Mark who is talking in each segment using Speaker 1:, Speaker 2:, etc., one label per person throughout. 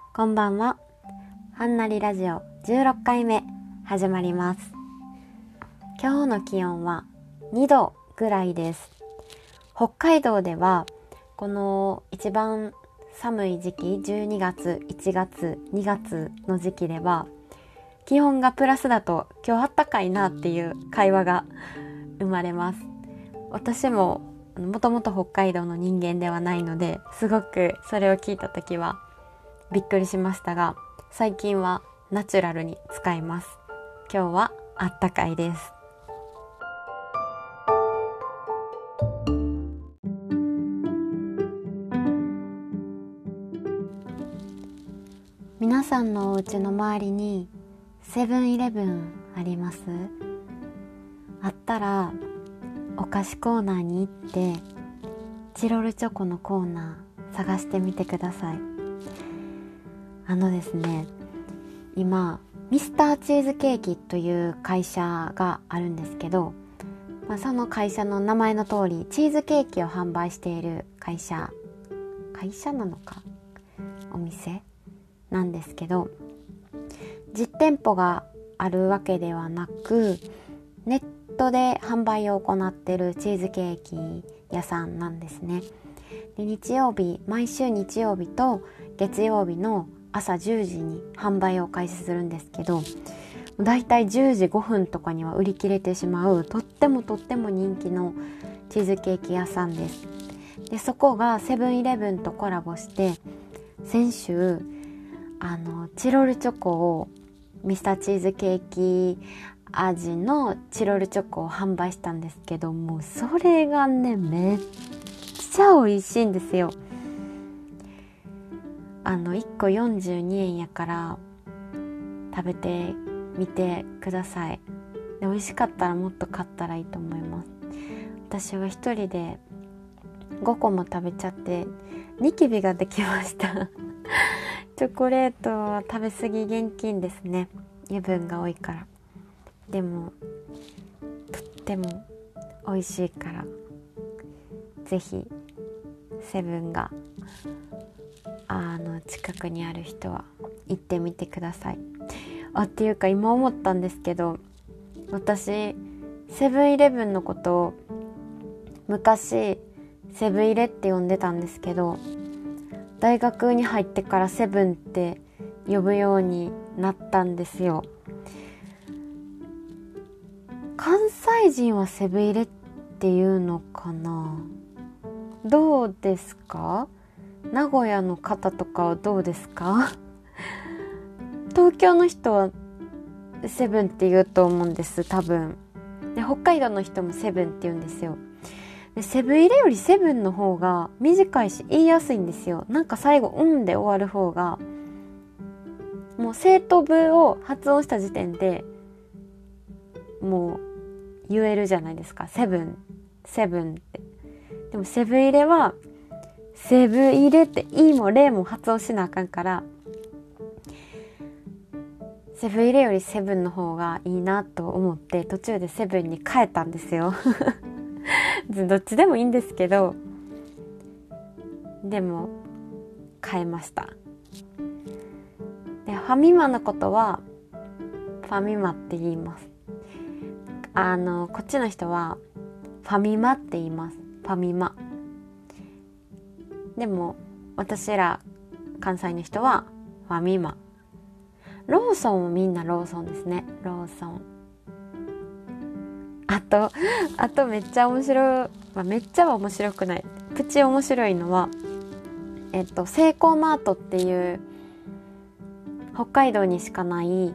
Speaker 1: こんばんは。はんなりラジオ16回目始まります。今日の気温は2度ぐらいです。北海道ではこの一番寒い時期12月、1月、2月の時期では気温がプラスだと今日あったかいなっていう会話が生まれます。私ももともと北海道の人間ではないのですごくそれを聞いた時はびっくりしましたが、最近はナチュラルに使います。今日はあったかいです。皆さんのお家の周りにセブンイレブンあります？あったらお菓子コーナーに行ってチロルチョコのコーナー探してみてください。ですね、今ミスターチーズケーキという会社があるんですけど、その会社の名前の通りチーズケーキを販売している会社なのかお店なんですけど、実店舗があるわけではなくネットで販売を行っているチーズケーキ屋さんなんですね。で、毎週日曜日と月曜日の朝10時に販売を開始するんですけど、だいたい10時5分とかには売り切れてしまうとっても人気のチーズケーキ屋さんです。で、そこがセブンイレブンとコラボして先週チロルチョコをミスターチーズケーキ味のチロルチョコを販売したんですけども、それがねめっちゃ美味しいんですよ。1個42円やから食べてみてください。で、美味しかったらもっと買ったらいいと思います。私は一人で5個も食べちゃってニキビができましたチョコレートは食べ過ぎ厳禁ですね。油分が多いから。でもとっても美味しいからぜひセブンが近くにある人は行ってみてください。っていうか今思ったんですけど、私セブンイレブンのことを昔セブイレって呼んでたんですけど、大学に入ってからセブンって呼ぶようになったんですよ。関西人はセブイレっていうのかな？どうですか？名古屋の方とかはどうですか？東京の人はセブンって言うと思うんです、多分。で、北海道の人もセブンって言うんですよ。で、セブン入れよりセブンの方が短いし言いやすいんですよ。なんか最後で終わる方がもう正当部を発音した時点でもう言えるじゃないですか。セブンって。でもセブン入れはセブン入れっていもレも発音しなあかんから、セブン入れよりセブンの方がいいなと思って途中でセブンに変えたんですよどっちでもいいんですけど、でも変えました。で、ファミマのことはファミマって言います。こっちの人はファミマって言います。ファミマ。でも私ら関西の人はファミマ。ローソンもみんなローソンですね。ローソン。あとめっちゃ面白い、めっちゃは面白くない、プチ面白いのはセイコーマートっていう北海道にしかない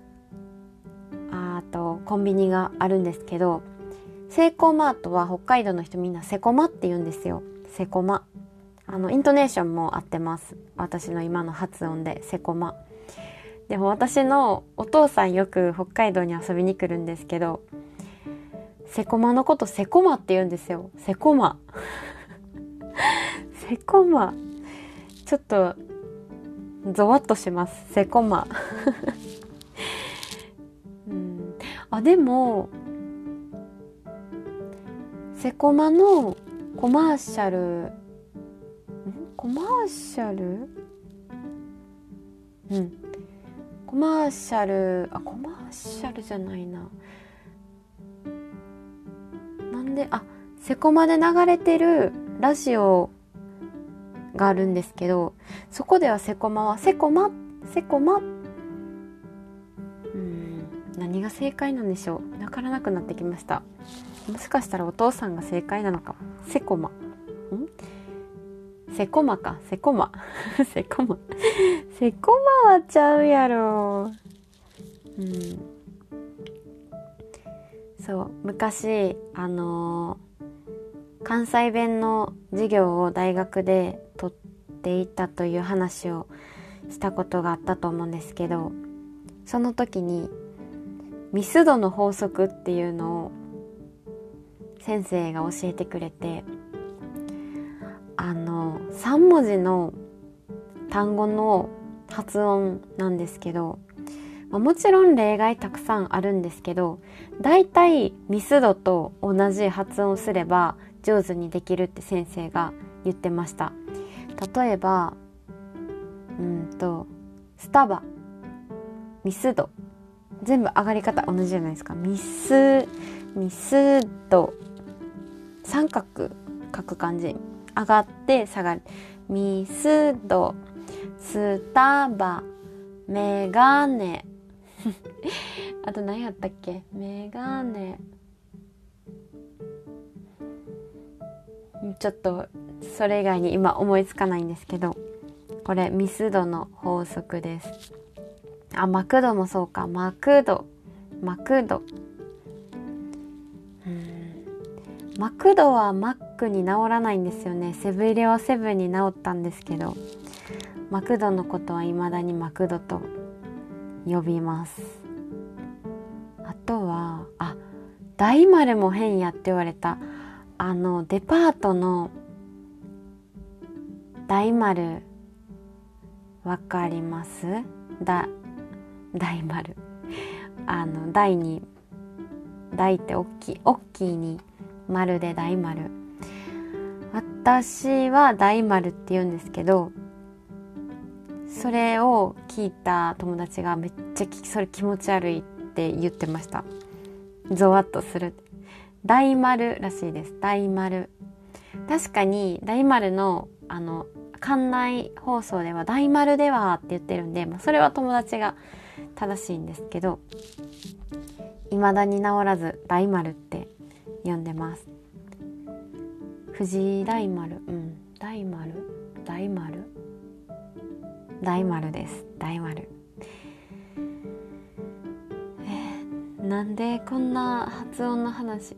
Speaker 1: コンビニがあるんですけど、セイコーマートは北海道の人みんなセコマって言うんですよ。セコマ。イントネーションも合ってます。私の今の発音でセコマ。でも私のお父さんよく北海道に遊びに来るんですけど、セコマのことセコマって言うんですよ。セコマセコマ、ちょっとゾワッとします。セコマでもセコマのコマーシャルコマーシャルじゃないな。なんでセコマで流れてるラジオがあるんですけど、そこではセコマはセコマ何が正解なんでしょう。わからなくなってきました。もしかしたらお父さんが正解なのかも。セコマセコマはちゃうやろ。そう、昔関西弁の授業を大学で取っていたという話をしたことがあったと思うんですけど、その時にミス度の法則っていうのを先生が教えてくれて、3文字の単語の発音なんですけど、もちろん例外たくさんあるんですけど、だいたいミス度と同じ発音すれば上手にできるって先生が言ってました。例えばスタバ、ミスド、全部上がり方同じじゃないですか。ミスド、三角書く感じ、上がって下がる。ミスド、スタバ、メガネあと何やったっけ、メガネ、ちょっとそれ以外に今思いつかないんですけど、これミス度の法則です。マクドもそうか、マクド、マクドはマックに治らないんですよね。セブン入れはセブンに治ったんですけど、マクドのことは未だにマクドと呼びます。あとは大丸も変やって言われた。デパートの大丸わかります？大丸、大って大きいに丸で大丸。私は大丸って言うんですけど、それを聞いた友達がめっちゃそれ気持ち悪いって言ってました。ゾワッとする。大丸らしいです。大丸。確かに大丸の館内放送では大丸ではって言ってるんで、それは友達が正しいんですけど、未だに治らず大丸って呼んでます。藤井大丸、大丸です。大丸。なんでこんな発音の話、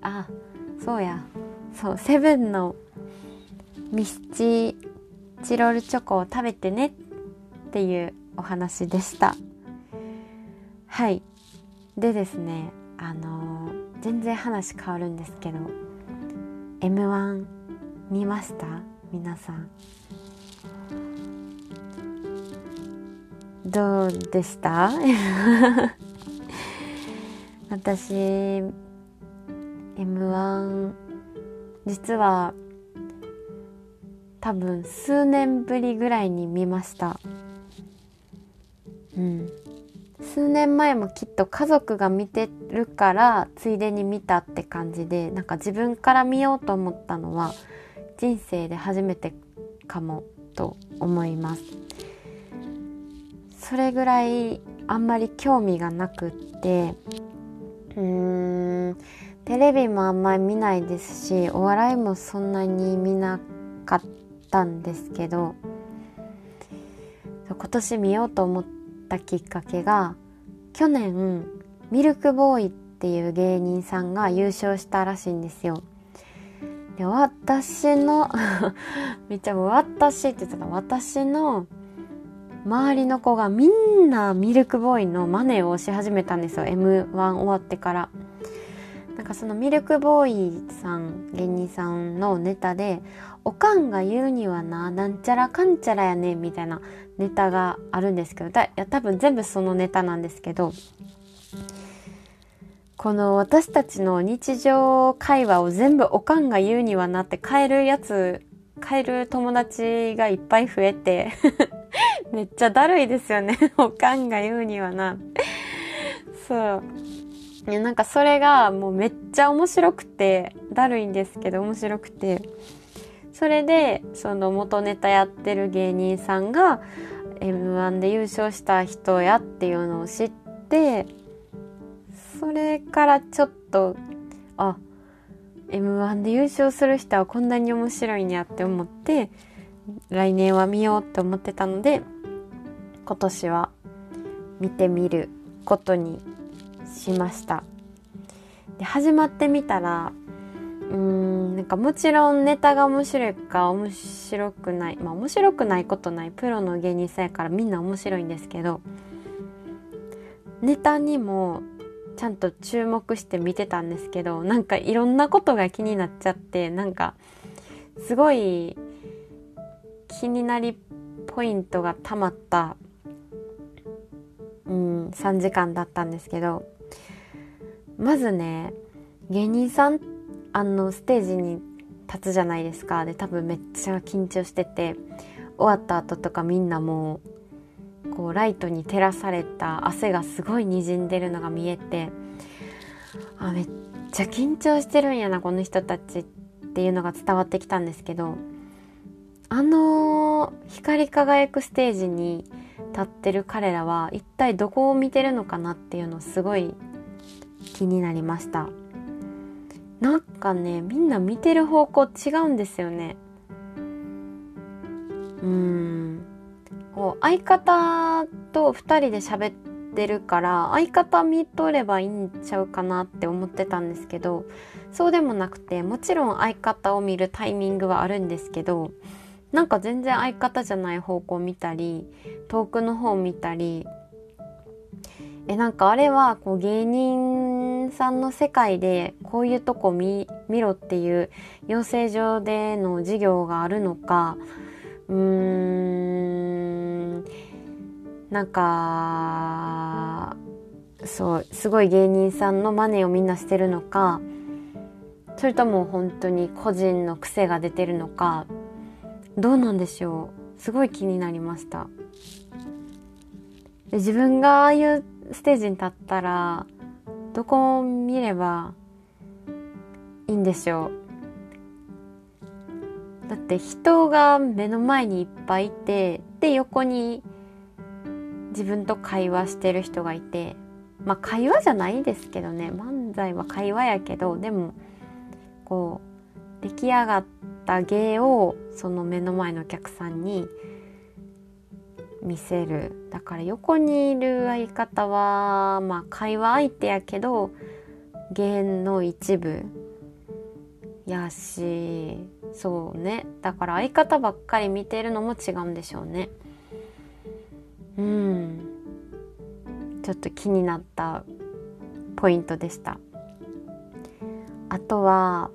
Speaker 1: セブンのミスチロールチョコを食べてねっていうお話でした。はい。でですね、全然話変わるんですけど、M1 見ました？皆さんどうでした？私 M1 実は多分数年ぶりぐらいに見ました。数年前もきっと家族が見てるからついでに見たって感じで、なんか自分から見ようと思ったのは人生で初めてかもと思います。それぐらいあんまり興味がなくって、テレビもあんまり見ないですし、お笑いもそんなに見なかったんですけど、今年見ようと思ったきっかけが、去年ミルクボーイっていう芸人さんが優勝したらしいんですよ。で、私のめっちゃ私って言ってた、私の周りの子がみんなミルクボーイの真似をし始めたんですよ。 M1 終わってから。なんかそのミルクボーイさん、芸人さんのネタで、おかんが言うにはなんちゃらかんちゃらやねみたいなネタがあるんですけど、多分全部そのネタなんですけど、この私たちの日常会話を全部おかんが言うにはなって変える友達がいっぱい増えてめっちゃだるいですよね。おかんが言うにはな。そう。いや、なんかそれがもうめっちゃ面白くて、だるいんですけど面白くて。それで、その元ネタやってる芸人さんが M1 で優勝した人やっていうのを知って、それからちょっと、あ、M1 で優勝する人はこんなに面白いんやって思って、来年は見ようって思ってたので、今年は見てみることにしました。で、始まってみたら、なんかもちろんネタが面白いか面白くない、面白くないことない、プロの芸人さんやからみんな面白いんですけど、ネタにもちゃんと注目して見てたんですけど、なんかいろんなことが気になっちゃって、なんかすごい気になりポイントがたまった3時間だったんですけど、まずね、芸人さんステージに立つじゃないですか。で、多分めっちゃ緊張してて、終わった後とかみんなもうこうライトに照らされた汗がすごい滲んでるのが見えて、めっちゃ緊張してるんやなこの人たちっていうのが伝わってきたんですけど、光り輝くステージに立ってる彼らは一体どこを見てるのかなっていうのすごい気になりました。なんかね、みんな見てる方向違うんですよね。こう相方と2人で喋ってるから相方見とればいいんちゃうかなって思ってたんですけど、そうでもなくて、もちろん相方を見るタイミングはあるんですけど、なんか全然相方じゃない方向見たり、遠くの方見たり、なんかあれはこう芸人さんの世界でこういうとこ見ろっていう養成所での授業があるのか、なんかそう、すごい芸人さんのマネをみんなしてるのか、それとも本当に個人の癖が出てるのか、どうなんでしょう。すごい気になりました。で、自分がああいうステージに立ったらどこを見ればいいんでしょう。だって人が目の前にいっぱいいて、で横に自分と会話してる人がいて、会話じゃないですけどね、漫才は会話やけど、でもこう出来上がった芸をその目の前のお客さんに見せる。だから横にいる相方は会話相手やけど芸の一部やし、そうね、だから相方ばっかり見てるのも違うんでしょうね。ちょっと気になったポイントでした。あとは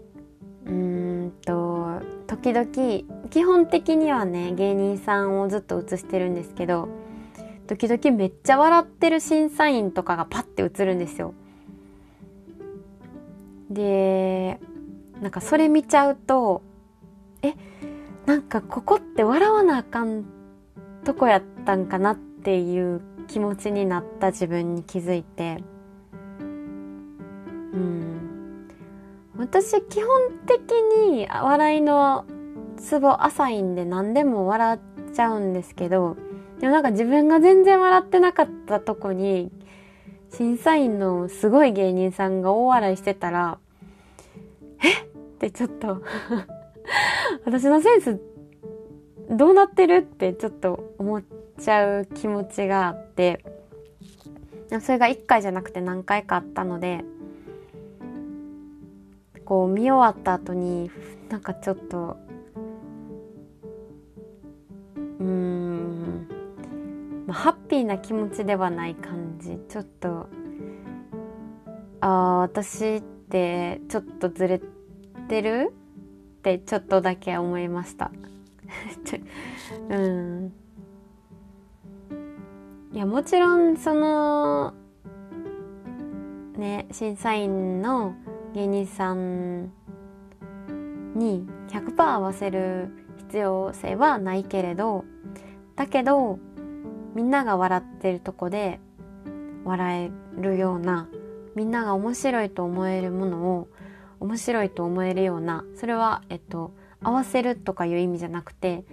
Speaker 1: 時々、基本的にはね芸人さんをずっと映してるんですけど、時々めっちゃ笑ってる審査員とかがパッて映るんですよ。で、なんかそれ見ちゃうと、なんかここって笑わなあかんとこやったんかなっていう気持ちになった自分に気づいて、私基本的に笑いのツボ浅いんで何でも笑っちゃうんですけど、でもなんか自分が全然笑ってなかったとこに審査員のすごい芸人さんが大笑いしてたら、ってちょっと私のセンスどうなってるってちょっと思っちゃう気持ちがあって、それが1回じゃなくて何回かあったので、こう見終わった後になんかちょっとハッピーな気持ちではない感じ、ちょっと私ってちょっとずれてるってちょっとだけ思いましたいや、もちろんそのね、審査員の芸人さんに 100% 合わせる必要性はないけれど、 だけどみんなが笑ってるとこで笑えるような、みんなが面白いと思えるものを面白いと思えるような、それは合わせるとかいう意味じゃなくて、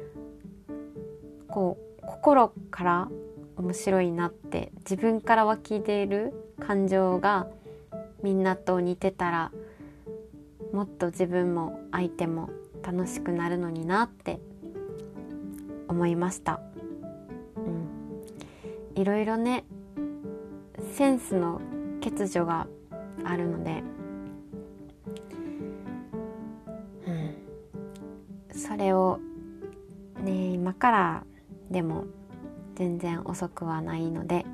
Speaker 1: こう心から面白いなって自分から湧き出る感情がみんなと似てたら、もっと自分も相手も楽しくなるのになって思いました。いろいろね、センスの欠如があるので、それをね、今からでも全然遅くはないので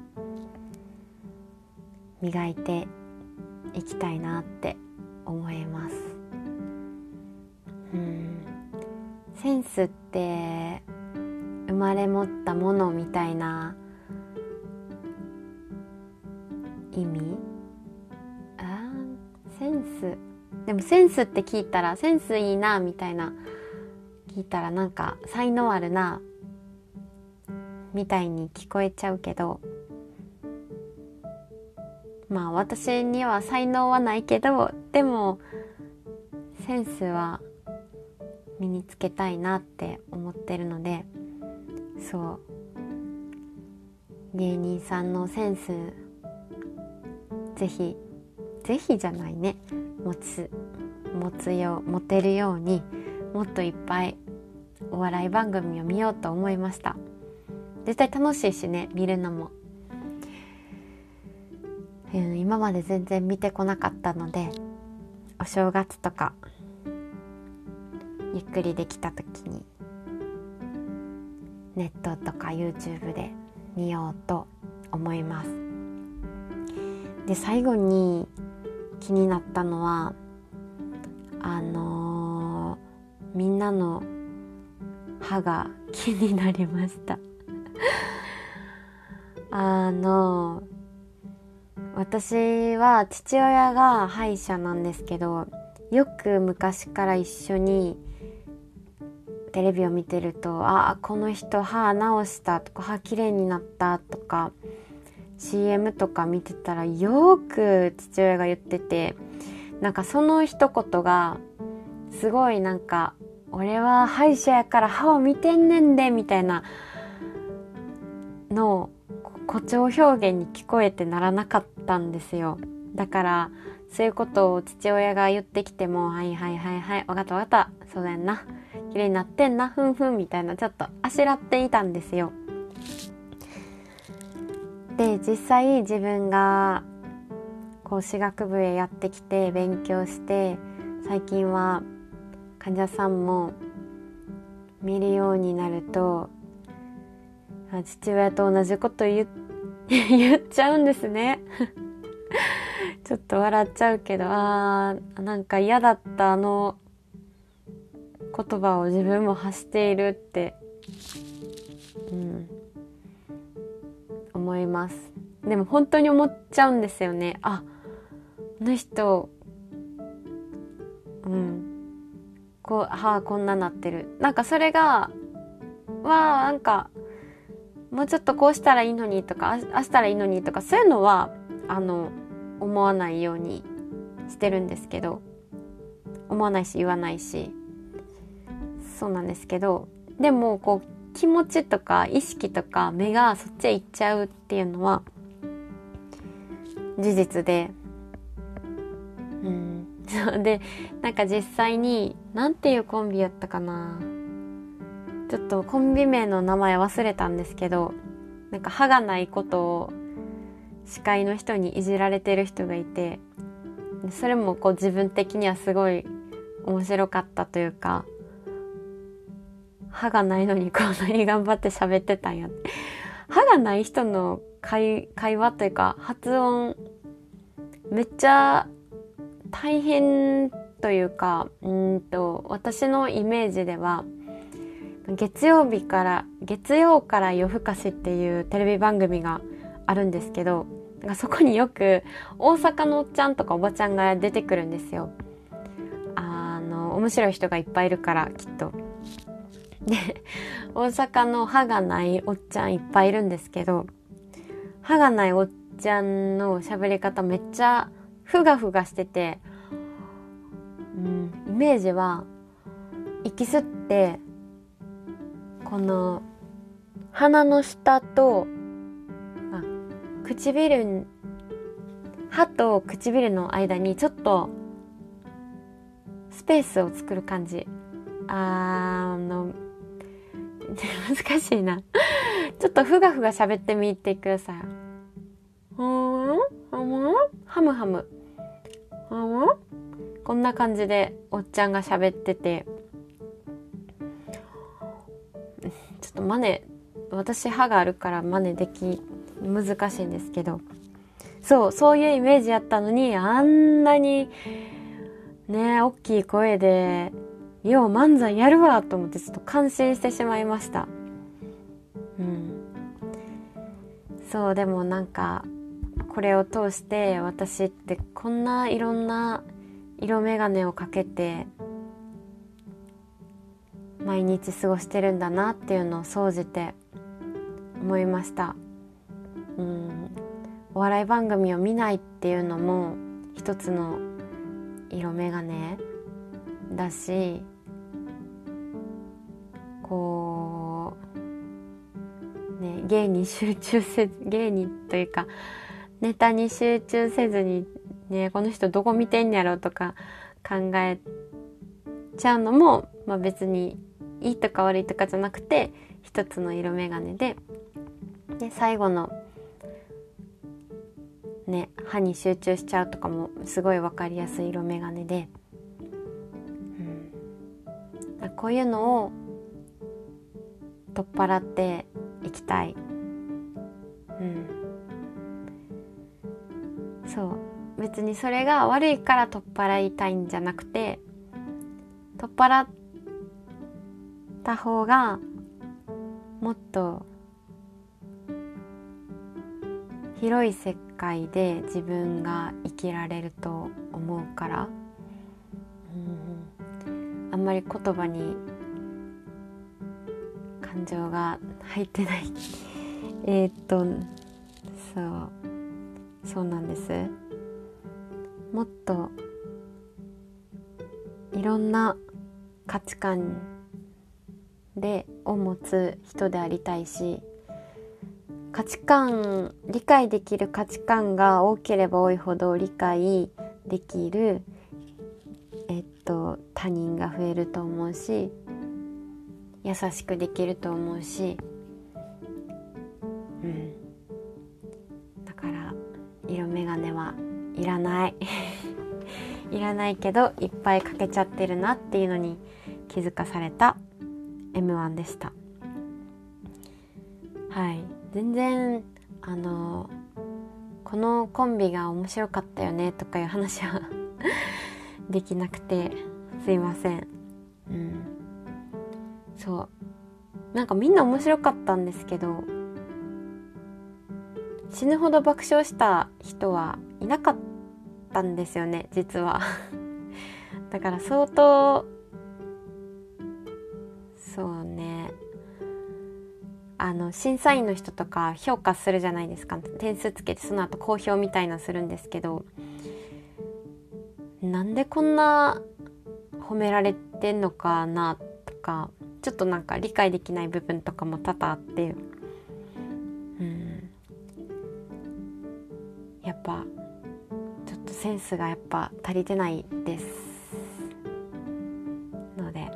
Speaker 1: 磨いていきたいなって思います。センスって生まれ持ったものみたいな意味？センス、でもセンスって聞いたら、センスいいなみたいな聞いたら、なんか才能あるなみたいに聞こえちゃうけど、まあ私には才能はないけど、でもセンスは身につけたいなって思ってるので、そう芸人さんのセンスぜひじゃないね、持てるように、もっといっぱいお笑い番組を見ようと思いました。絶対楽しいしね、見るのも。今まで全然見てこなかったので、お正月とかゆっくりできた時にネットとか YouTube で見ようと思います。で、最後に気になったのはみんなの歯が気になりました私は父親が歯医者なんですけど、よく昔から一緒にテレビを見てると、この人歯治したとか、歯きれいになったとか CM とか見てたらよく父親が言ってて、なんかその一言がすごい、なんか俺は歯医者やから歯を見てんねんでみたいなの誇張表現に聞こえてならなかったんですよ。だからそういうことを父親が言ってきても、はいわかったそうだよな、綺麗になってんな、ふんふんみたいな、ちょっとあしらっていたんですよ。で、実際自分がこう歯学部へやってきて勉強して、最近は患者さんも見るようになると、父親と同じこと言っちゃうんですねちょっと笑っちゃうけど、なんか嫌だった言葉を自分も発しているって、思います。でも本当に思っちゃうんですよね。あの人こんななってる。なんかそれがなんかもうちょっとこうしたらいいのにとか、あしたらいいのにとか、そういうのは思わないようにしてるんですけど、思わないし言わないし、そうなんですけど、でもこう気持ちとか意識とか目がそっちへ行っちゃうっていうのは事実で、で、なんか実際になんていうコンビやったかな、ちょっとコンビ名の名前忘れたんですけど、なんか歯がないことを司会の人にいじられてる人がいて、それもこう自分的にはすごい面白かったというか、歯がないのにこんなに頑張って喋ってたんやって。歯がない人の会話というか発音めっちゃ大変というか、私のイメージでは月曜から夜更かしっていうテレビ番組があるんですけど、そこによく大阪のおっちゃんとかおばちゃんが出てくるんですよ。面白い人がいっぱいいるからきっと。 で、大阪の歯がないおっちゃんいっぱいいるんですけど、歯がないおっちゃんの喋り方めっちゃふがふがしてて、イメージは息吸ってこの鼻の下と唇、歯と唇の間にちょっとスペースを作る感じ。難しいな。ちょっとふがふが喋ってみてください。ハムハム。こんな感じでおっちゃんが喋ってて、ちょっと私歯があるから難しいんですけど、そういうイメージやったのに、あんなにね大きい声でよう漫才やるわと思ってちょっと感心してしまいました。そう、でもなんかこれを通して私ってこんないろんな色眼鏡をかけて毎日過ごしてるんだなっていうのを総じて思いました。お笑い番組を見ないっていうのも一つの色眼鏡だし、こうね、芸にというかネタに集中せずにね、この人どこ見てんやろとか考えちゃうのも、別にいいとか悪いとかじゃなくて一つの色眼鏡で、最後のね歯に集中しちゃうとかもすごいわかりやすい色眼鏡で、こういうのを取っ払っていきたい。そう別にそれが悪いから取っ払いたいんじゃなくて、取っ払った方がもっと広い世界で自分が生きられると思うから、あんまり言葉に感情が入ってないそうなんです。もっといろんな価値観を持つ人でありたいし、理解できる価値観が多ければ多いほど理解できる他人が増えると思うし、優しくできると思うし、だから色眼鏡はいらないいらないけどいっぱいかけちゃってるなっていうのに気づかされた M1 でした。全然このコンビが面白かったよねとかいう話はできなくてすいません。なんかみんな面白かったんですけど、死ぬほど爆笑した人はいなかったんですよね、実はだから相当審査員の人とか評価するじゃないですか。点数つけてその後公表みたいなするんですけど、なんでこんな褒められてんのかなとか、ちょっとなんか理解できない部分とかも多々あって、やっぱちょっとセンスがやっぱ足りてないですので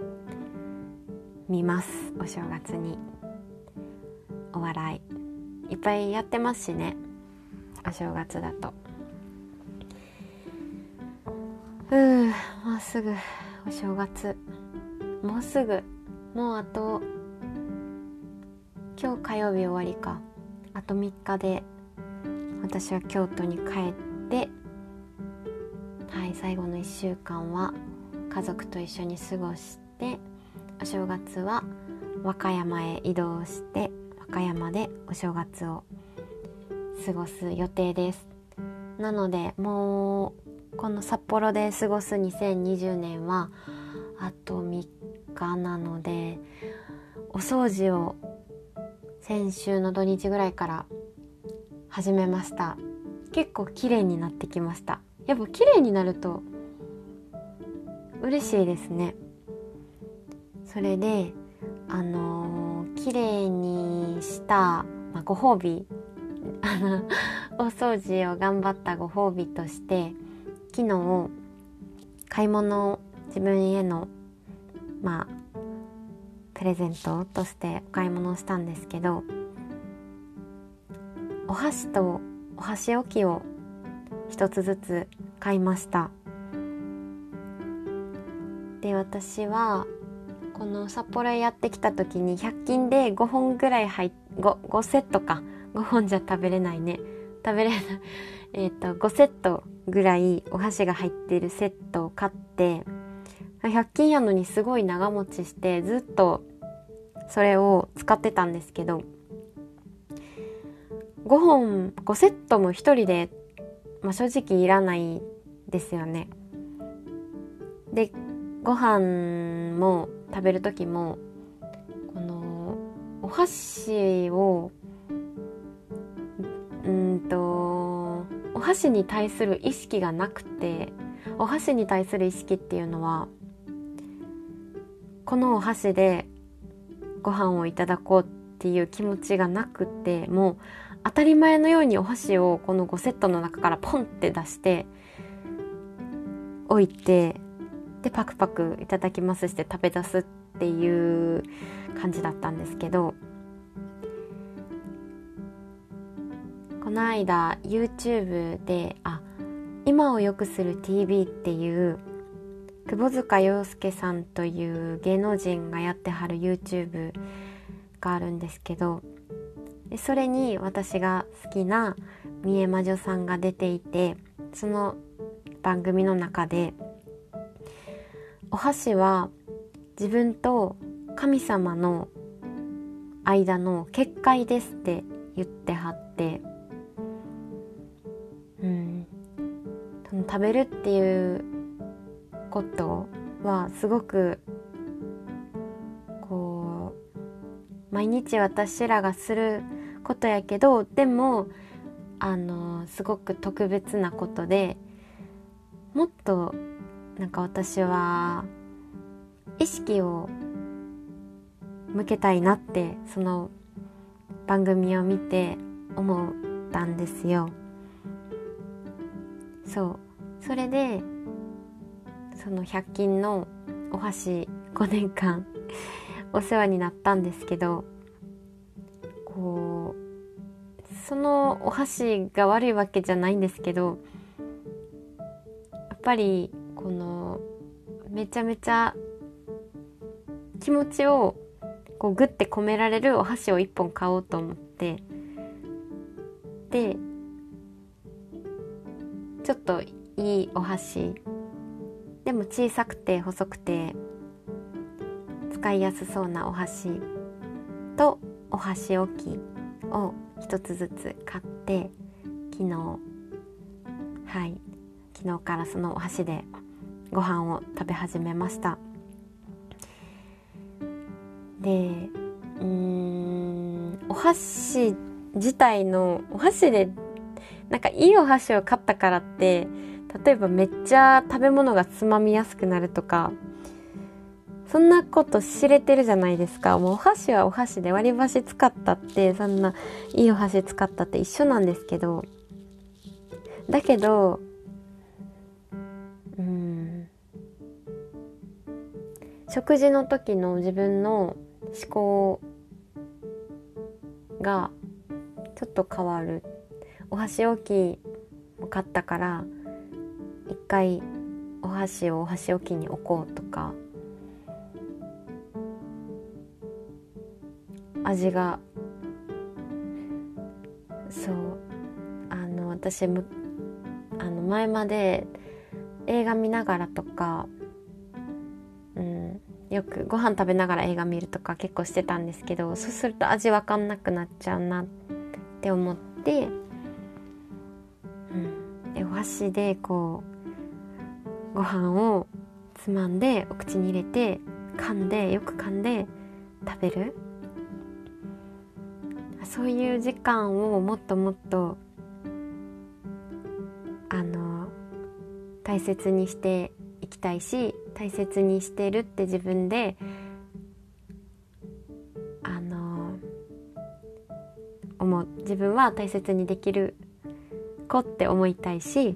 Speaker 1: 見ます。お正月にお笑いいっぱいやってますしね、お正月だと。もうすぐお正月、もうあと今日火曜日終わりか、あと3日で私は京都に帰って、最後の1週間は家族と一緒に過ごして、お正月は和歌山へ移動して和歌山でお正月を過ごす予定です。なのでもうこの札幌で過ごす2020年はあと3 家なので、お掃除を先週の土日ぐらいから始めました。結構綺麗になってきました。やっぱ綺麗になると嬉しいですね。それで綺麗にした、ご褒美お掃除を頑張ったご褒美として、昨日買い物を自分へのプレゼントとしてお買い物をしたんですけど、お箸とお箸置きを一つずつ買いました。で、私はこの札幌へやってきた時に100均で5本ぐらい5セットか、5本じゃ食べれない5セットぐらいお箸が入っているセットを買って、100均やのにすごい長持ちして、ずっとそれを使ってたんですけど、5セットも一人で、正直いらないですよね。で、ご飯も食べる時もこのお箸をお箸に対する意識がなくて、お箸に対する意識っていうのは、このお箸でご飯をいただこうっていう気持ちがなくて、もう当たり前のようにお箸をこの5セットの中からポンって出して置いて、でパクパクいただきますして食べ出すっていう感じだったんですけど、この間 YouTube で今を良くする TV っていう窪塚洋介さんという芸能人がやってはる YouTube があるんですけど、それに私が好きな三重魔女さんが出ていて、その番組の中で、お箸は自分と神様の間の結界ですって言ってはって、その食べるっていうことはすごく毎日私らがすることやけど、でもすごく特別なことで、もっと私は意識を向けたいなって、その番組を見て思ったんですよ。それでその100均のお箸5年間お世話になったんですけど、そのお箸が悪いわけじゃないんですけど、やっぱりめちゃめちゃ気持ちをグッて込められるお箸を1本買おうと思って、でちょっといいお箸でも小さくて細くて使いやすそうなお箸とお箸置きを一つずつ買って、昨日からそのお箸でご飯を食べ始めました。で、お箸自体のお箸でいいお箸を買ったからって、例えばめっちゃ食べ物がつまみやすくなるとか、そんなこと知れてるじゃないですか。もうお箸はお箸で、割り箸使ったって、そんないいお箸使ったって一緒なんですけど、だけど食事の時の自分の思考がちょっと変わる。お箸置きを買ったから一回お箸をお箸置きに置こうとか、味が私前まで映画見ながらとか、よくご飯食べながら映画見るとか結構してたんですけど、そうすると味わかんなくなっちゃうなって思って、お箸でご飯をつまんでお口に入れてよく噛んで食べる、そういう時間をもっともっと大切にしていきたいし、大切にしてるって自分で自分は大切にできる子って思いたいし、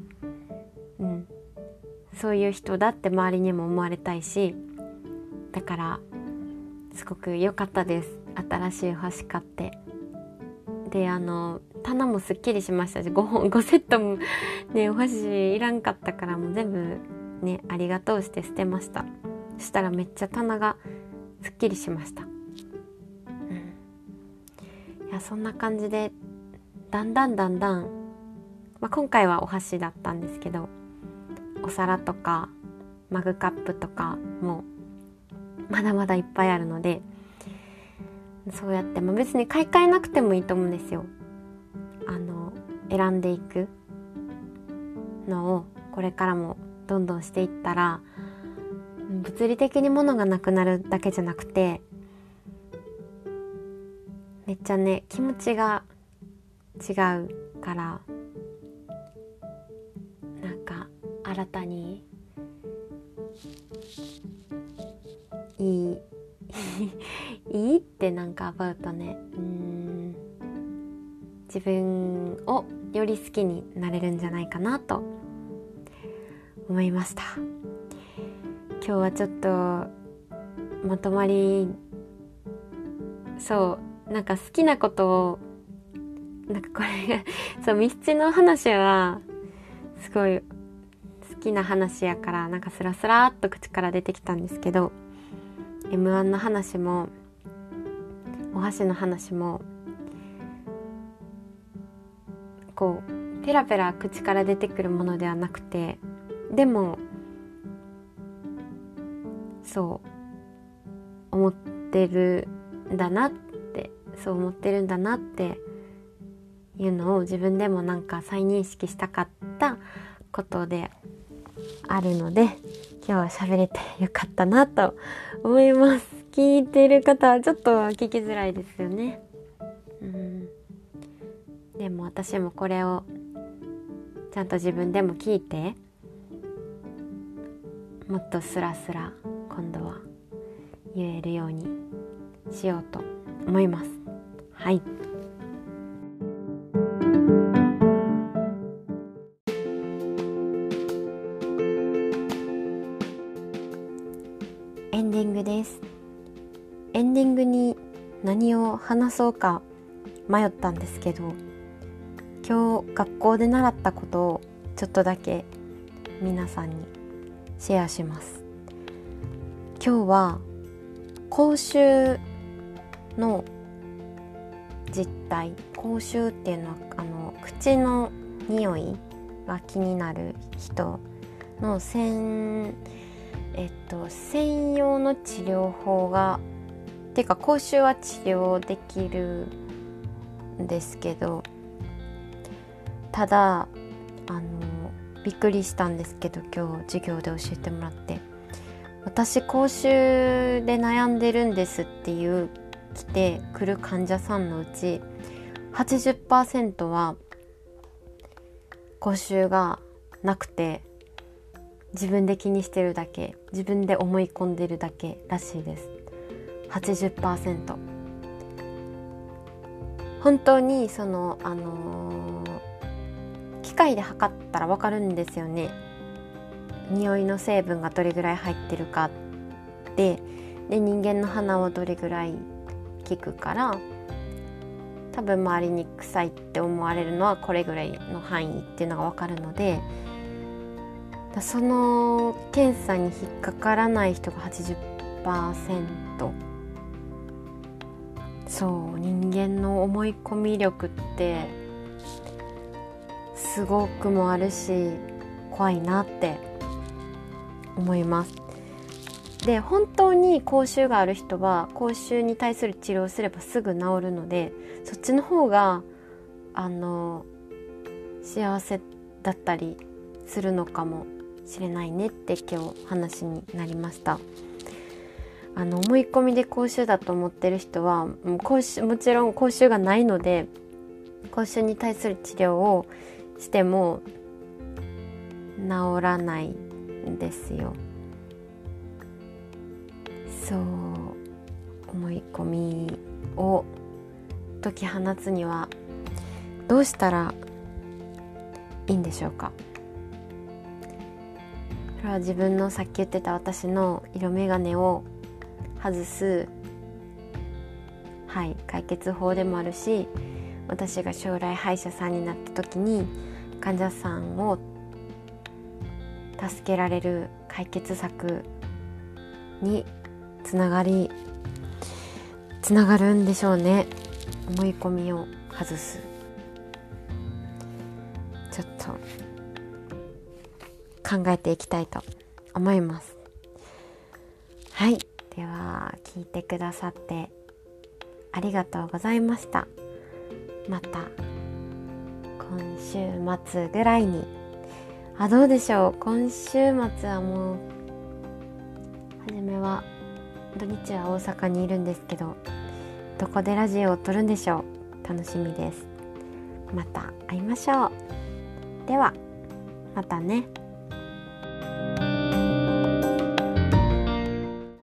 Speaker 1: そういう人だって周りにも思われたいし、だからすごく良かったです。新しいお箸買って。で棚もすっきりしましたし、5セットもね、お箸いらんかったからもう全部ね、ありがとうして捨てました。そしたらめっちゃ棚がすっきりしました。いや、そんな感じでだんだん、今回はお箸だったんですけど、お皿とかマグカップとかもまだまだいっぱいあるので、そうやって別に買い替えなくてもいいと思うんですよ。選んでいくのをこれからもどんどんしていったら、物理的に物がなくなるだけじゃなくて、めっちゃね、気持ちが違うから、なんか新たにいいいいってなんかアバウトね、自分をより好きになれるんじゃないかなと思いました。今日はちょっとまとまり、なんか好きなことを、なんかこれがミスチの話はすごい好きな話やから、なんかスラスラっと口から出てきたんですけど、 M1 の話もお箸の話もこうペラペラ口から出てくるものではなくて、でもそう思ってるんだなって、そう思ってるんだなっていうのを自分でもなんか再認識したかったことであるので、今日は喋れてよかったなと思います。聞いてる方はちょっと聞きづらいですよね。でも私もこれをちゃんと自分でも聞いて、もっとスラスラ今度は言えるようにしようと思います。はい。エンディングです。エンディングに何を話そうか迷ったんですけど、今日学校で習ったことをちょっとだけ皆さんにシェアします。今日は口臭の実態、口臭っていうのは口の匂いが気になる人の専用の治療法が、てか口臭は治療できるんですけど、ただびっくりしたんですけど、今日授業で教えてもらって、私口臭で悩んでるんですっていう来てくる患者さんのうち 80% は口臭がなくて、自分で気にしてるだけ、自分で思い込んでるだけらしいです。 80%。 本当に機械で測ったら分かるんですよね。匂いの成分がどれぐらい入ってるかで人間の鼻はどれぐらい効くから、多分周りに臭いって思われるのはこれぐらいの範囲っていうのが分かるので、その検査に引っかからない人が 80%。 そう人間の思い込み力ってすごくもあるし怖いなって思います。で本当に口臭がある人は口臭に対する治療をすればすぐ治るので、そっちの方が幸せだったりするのかもしれないねって今日話になりました。 思い込みで口臭だと思ってる人はもちろん口臭がないので、口臭に対する治療をしても治らないんですよ。そう、思い込みを解き放つにはどうしたらいいんでしょうか。それは自分のさっき言ってた私の色眼鏡を外す、解決法でもあるし、私が将来歯医者さんになった時に患者さんを助けられる解決策につながるんでしょうね。思い込みを外す、ちょっと考えていきたいと思います。はい、では聞いてくださってありがとうございました。また今週末ぐらいに、どうでしょう。今週末はもう初めは土日は大阪にいるんですけど、どこでラジオを撮るんでしょう。楽しみです。また会いましょう。ではまたね。